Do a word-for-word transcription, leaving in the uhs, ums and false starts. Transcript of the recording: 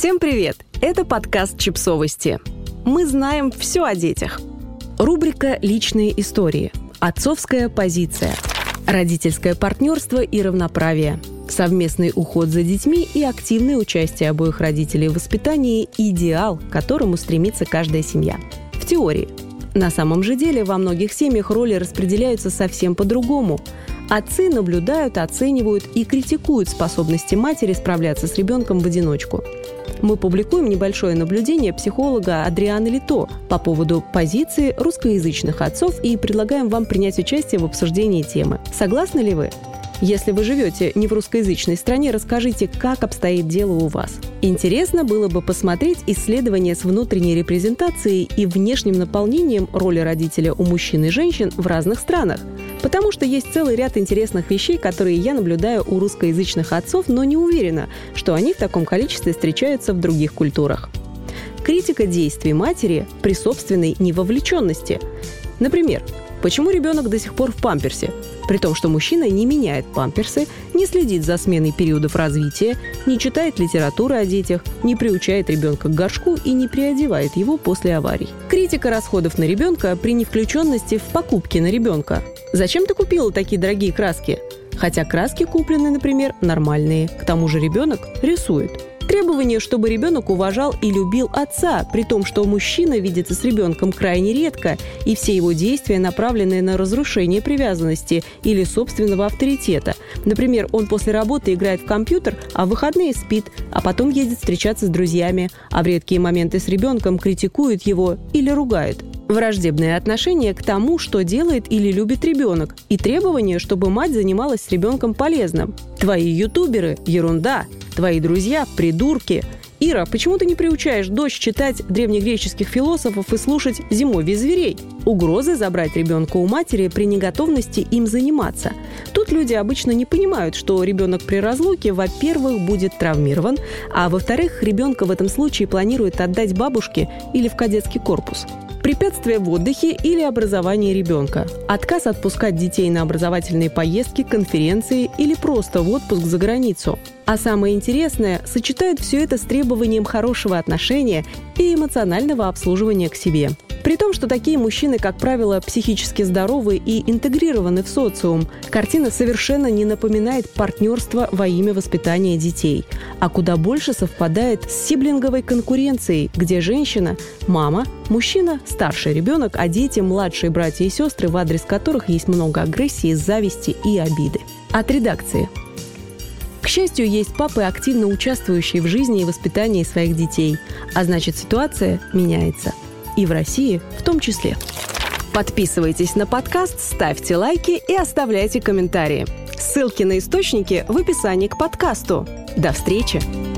Всем привет! Это подкаст «Чипсовости». Мы знаем все о детях. Рубрика «Личные истории», «Отцовская позиция», «Родительское партнерство и равноправие», совместный уход за детьми и активное участие обоих родителей в воспитании – идеал, к которому стремится каждая семья. В теории. На самом же деле во многих семьях роли распределяются совсем по-другому. Отцы наблюдают, оценивают и критикуют способности матери справляться с ребенком в одиночку. Мы публикуем небольшое наблюдение психолога Адрианы Лито по поводу позиции русскоязычных отцов и предлагаем вам принять участие в обсуждении темы. Согласны ли вы? Если вы живете не в русскоязычной стране, расскажите, как обстоит дело у вас. Интересно было бы посмотреть исследования с внутренней репрезентацией и внешним наполнением роли родителя у мужчин и женщин в разных странах. Потому что есть целый ряд интересных вещей, которые я наблюдаю у русскоязычных отцов, но не уверена, что они в таком количестве встречаются в других культурах. Критика действий матери при собственной невовлеченности. Например, почему ребенок до сих пор в памперсе? При том, что мужчина не меняет памперсы, не следит за сменой периодов развития, не читает литературы о детях, не приучает ребенка к горшку и не переодевает его после аварий. Критика расходов на ребенка при невключенности в покупки на ребенка. Зачем ты купила такие дорогие краски? Хотя краски куплены, например, нормальные. К тому же ребенок рисует. Требование, чтобы ребенок уважал и любил отца, при том, что мужчина видится с ребенком крайне редко, и все его действия направлены на разрушение привязанности или собственного авторитета. Например, он после работы играет в компьютер, а в выходные спит, а потом едет встречаться с друзьями, а в редкие моменты с ребенком критикует его или ругает. Враждебное отношение к тому, что делает или любит ребенок, и требование, чтобы мать занималась с ребенком полезным. Твои ютуберы – ерунда. Твои друзья – придурки. Ира, почему ты не приучаешь дочь читать древнегреческих философов и слушать «Зимовье зверей»? Угрозы забрать ребенка у матери при неготовности им заниматься. Тут люди обычно не понимают, что ребенок при разлуке, во-первых, будет травмирован, а во-вторых, ребенка в этом случае планируют отдать бабушке или в кадетский корпус. Препятствия в отдыхе или образовании ребенка. Отказ отпускать детей на образовательные поездки, конференции или просто в отпуск за границу. А самое интересное, сочетают все это с требованием хорошего отношения и эмоционального обслуживания к себе. При том, что такие мужчины, как правило, психически здоровы и интегрированы в социум, картина совершенно не напоминает партнерство во имя воспитания детей, а куда больше совпадает с сиблинговой конкуренцией, где женщина – мама, мужчина – старший ребенок, а дети – младшие братья и сестры, в адрес которых есть много агрессии, зависти и обиды. От редакции. К счастью, есть папы, активно участвующие в жизни и воспитании своих детей, а значит, ситуация меняется. И в России в том числе. Подписывайтесь на подкаст, ставьте лайки и оставляйте комментарии. Ссылки на источники в описании к подкасту. До встречи!